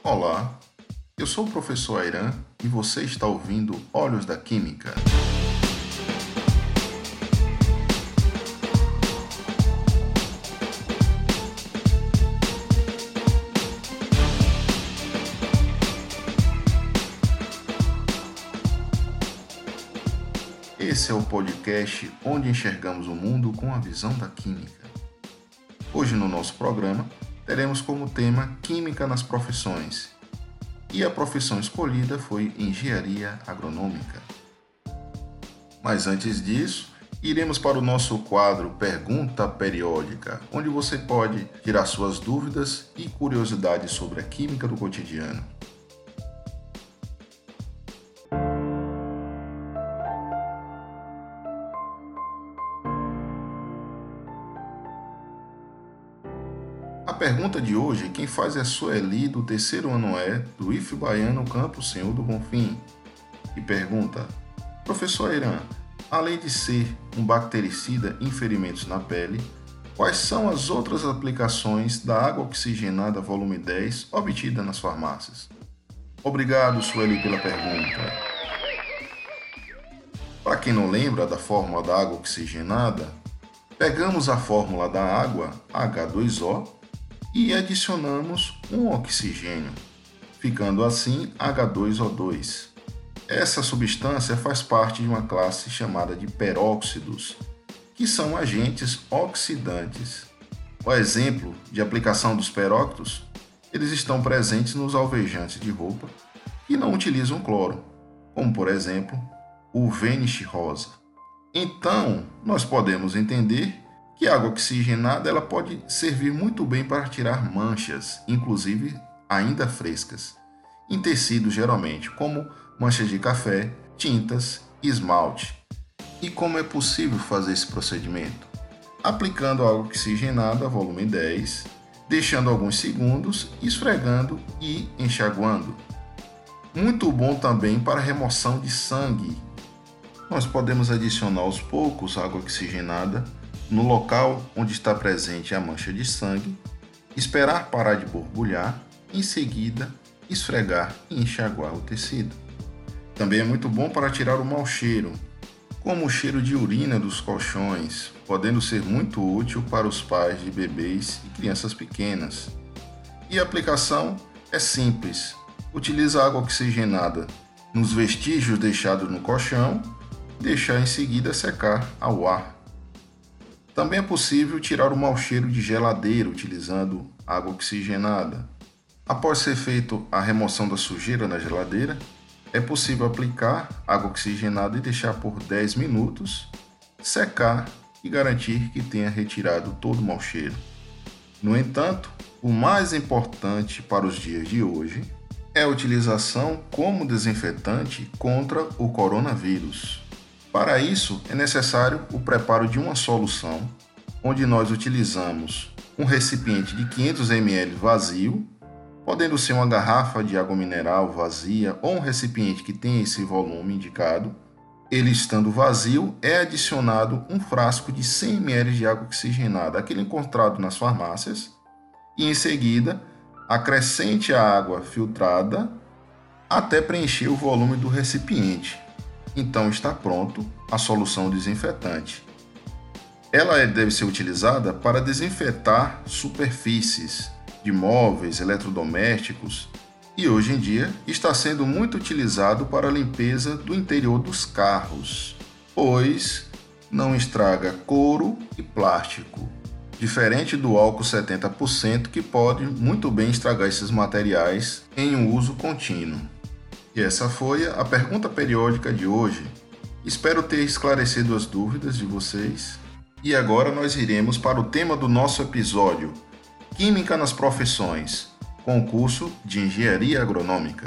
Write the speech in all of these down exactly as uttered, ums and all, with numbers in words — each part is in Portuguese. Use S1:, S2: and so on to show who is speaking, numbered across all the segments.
S1: Olá, eu sou o professor Airan e você está ouvindo Olhos da Química. Esse é o podcast onde enxergamos o mundo com a visão da química. Hoje no nosso programa teremos como tema Química nas profissões. E a profissão escolhida foi Engenharia Agronômica. Mas antes disso, iremos para o nosso quadro Pergunta Periódica, onde você pode tirar suas dúvidas e curiosidades sobre a química do cotidiano. A pergunta de hoje, quem faz é a Sueli, do terceiro ano E, do I F Baiano, Campus Senhor do Bonfim, e pergunta: Professor Airan, além de ser um bactericida em ferimentos na pele, quais são as outras aplicações da água oxigenada volume dez obtida nas farmácias? Obrigado, Sueli, pela pergunta. Para quem não lembra da fórmula da água oxigenada, pegamos a fórmula da água, H dois O, e adicionamos um oxigênio, ficando assim H dois O dois. Essa substância faz parte de uma classe chamada de peróxidos, que são agentes oxidantes. O exemplo de aplicação dos peróxidos, eles estão presentes nos alvejantes de roupa que não utilizam cloro, como por exemplo o Vanish rosa. Então, nós podemos entender que a água oxigenada ela pode servir muito bem para tirar manchas, inclusive ainda frescas, em tecidos geralmente, como manchas de café, tintas e esmalte. E como é possível fazer esse procedimento? Aplicando a água oxigenada, volume dez, deixando alguns segundos, esfregando e enxaguando. Muito bom também para remoção de sangue. Nós podemos adicionar aos poucos água oxigenada no local onde está presente a mancha de sangue, esperar parar de borbulhar, em seguida esfregar e enxaguar o tecido. Também é muito bom para tirar o mau cheiro, como o cheiro de urina dos colchões, podendo ser muito útil para os pais de bebês e crianças pequenas. E a aplicação é simples, utiliza água oxigenada nos vestígios deixados no colchão, deixar em seguida secar ao ar. Também é possível tirar o mau cheiro de geladeira utilizando água oxigenada. Após ser feita a remoção da sujeira na geladeira, é possível aplicar água oxigenada e deixar por dez minutos, secar e garantir que tenha retirado todo o mau cheiro. No entanto, o mais importante para os dias de hoje é a utilização como desinfetante contra o coronavírus. Para isso, é necessário o preparo de uma solução, onde nós utilizamos um recipiente de quinhentos mililitros vazio, podendo ser uma garrafa de água mineral vazia ou um recipiente que tenha esse volume indicado. Ele estando vazio, é adicionado um frasco de cem mililitros de água oxigenada, aquele encontrado nas farmácias, e em seguida acrescente a água filtrada até preencher o volume do recipiente. Então está pronto a solução desinfetante. Ela deve ser utilizada para desinfetar superfícies de móveis, eletrodomésticos e hoje em dia está sendo muito utilizado para a limpeza do interior dos carros, pois não estraga couro e plástico, diferente do álcool setenta por cento que pode muito bem estragar esses materiais em um uso contínuo. E essa foi a pergunta periódica de hoje. Espero ter esclarecido as dúvidas de vocês. E agora nós iremos para o tema do nosso episódio, Química nas profissões, concurso de Engenharia Agronômica.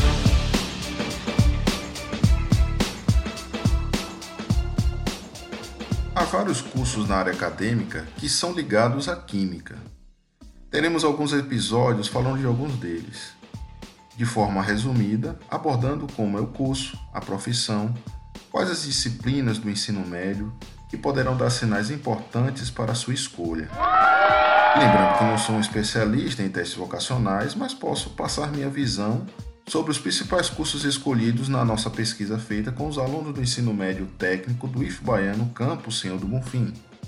S1: Há vários cursos na área acadêmica que são ligados à química. Teremos alguns episódios falando de alguns deles, de forma resumida, abordando como é o curso, a profissão, quais as disciplinas do ensino médio que poderão dar sinais importantes para a sua escolha. Lembrando que não sou um especialista em testes vocacionais, mas posso passar minha visão sobre os principais cursos escolhidos na nossa pesquisa feita com os alunos do ensino médio técnico do I F Baiano Campus Senhor do Bonfim.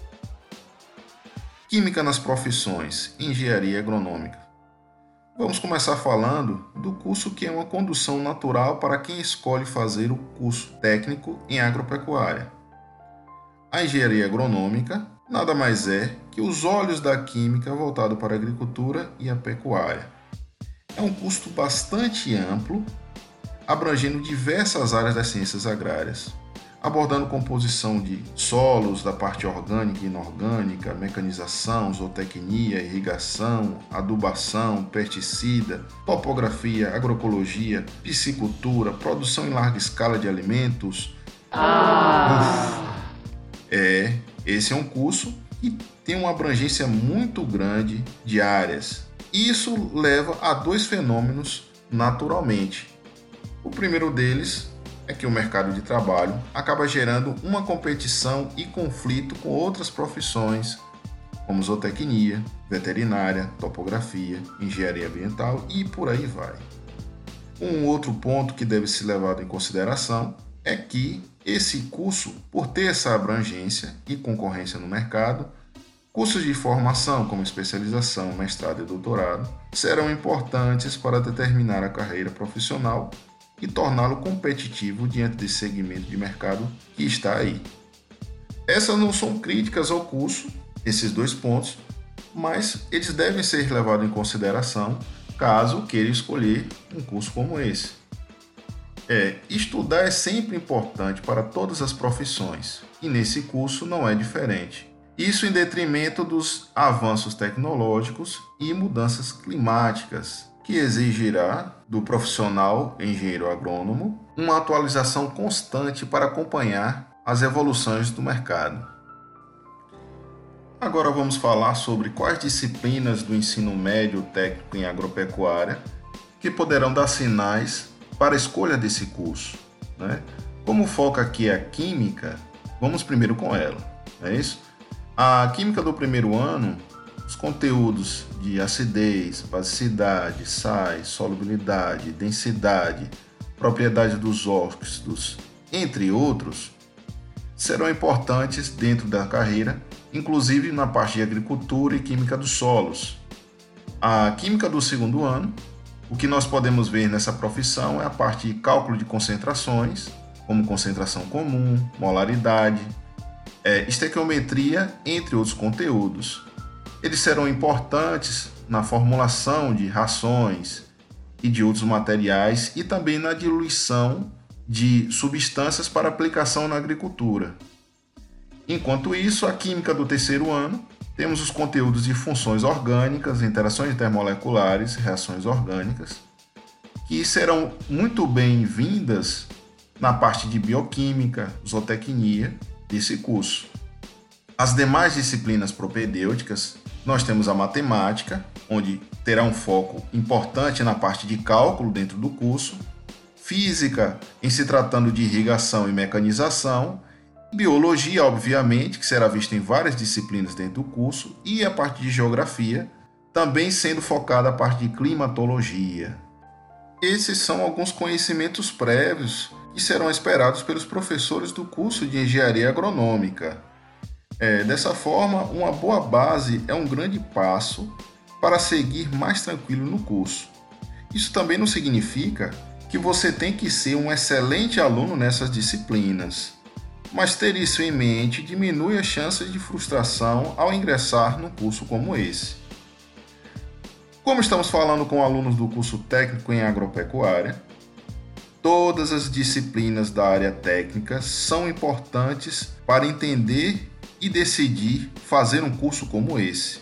S1: Química nas profissões, engenharia agronômica. Vamos começar falando do curso que é uma condução natural para quem escolhe fazer o curso técnico em agropecuária. A engenharia agronômica nada mais é que os olhos da química voltado para a agricultura e a pecuária. É um curso bastante amplo, abrangendo diversas áreas das ciências agrárias, abordando composição de solos, da parte orgânica e inorgânica, mecanização, zootecnia, irrigação, adubação, pesticida, topografia, agroecologia, piscicultura, produção em larga escala de alimentos. Ah. É, esse é um curso que tem uma abrangência muito grande de áreas. Isso leva a dois fenômenos naturalmente. O primeiro deles é que o mercado de trabalho acaba gerando uma competição e conflito com outras profissões, como zootecnia, veterinária, topografia, engenharia ambiental e por aí vai. Um outro ponto que deve ser levado em consideração é que esse curso, por ter essa abrangência e concorrência no mercado, cursos de formação como especialização, mestrado e doutorado serão importantes para determinar a carreira profissional e torná-lo competitivo diante desse segmento de mercado que está aí. Essas não são críticas ao curso, esses dois pontos, mas eles devem ser levados em consideração caso queira escolher um curso como esse. É, estudar é sempre importante para todas as profissões, e nesse curso não é diferente. Isso em detrimento dos avanços tecnológicos e mudanças climáticas, que exigirá do profissional engenheiro agrônomo uma atualização constante para acompanhar as evoluções do mercado. Agora vamos falar sobre quais disciplinas do ensino médio técnico em agropecuária que poderão dar sinais para a escolha desse curso, né? Como o foco aqui é a química, vamos primeiro com ela, é isso? A química do primeiro ano, os conteúdos de acidez, basicidade, sais, solubilidade, densidade, propriedade dos óxidos, entre outros, serão importantes dentro da carreira, inclusive na parte de agricultura e química dos solos. A química do segundo ano, o que nós podemos ver nessa profissão é a parte de cálculo de concentrações, como concentração comum, molaridade, é, estequiometria, entre outros conteúdos. Eles serão importantes na formulação de rações e de outros materiais e também na diluição de substâncias para aplicação na agricultura. Enquanto isso, a química do terceiro ano, temos os conteúdos de funções orgânicas, interações intermoleculares, reações orgânicas, que serão muito bem-vindas na parte de bioquímica, zootecnia desse curso. As demais disciplinas propedêuticas, nós temos a matemática, onde terá um foco importante na parte de cálculo dentro do curso, física, em se tratando de irrigação e mecanização, biologia, obviamente, que será vista em várias disciplinas dentro do curso, e a parte de geografia, também sendo focada a parte de climatologia. Esses são alguns conhecimentos prévios que serão esperados pelos professores do curso de engenharia agronômica. É, dessa forma, uma boa base é um grande passo para seguir mais tranquilo no curso. Isso também não significa que você tem que ser um excelente aluno nessas disciplinas, mas ter isso em mente diminui as chances de frustração ao ingressar num curso como esse. Como estamos falando com alunos do curso técnico em agropecuária, todas as disciplinas da área técnica são importantes para entender e decidir fazer um curso como esse,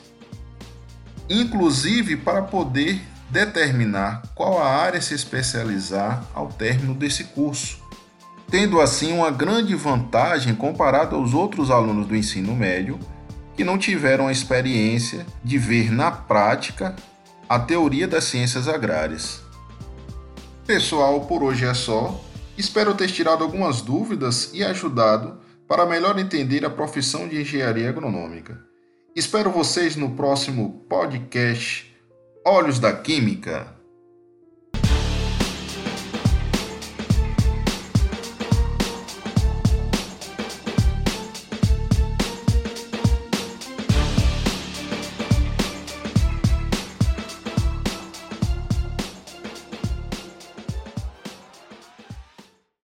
S1: inclusive para poder determinar qual a área se especializar ao término desse curso, tendo assim uma grande vantagem comparado aos outros alunos do ensino médio que não tiveram a experiência de ver na prática a teoria das ciências agrárias. Pessoal, por hoje é só. Espero ter tirado algumas dúvidas e ajudado para melhor entender a profissão de engenharia agronômica. Espero vocês no próximo podcast Olhos da Química.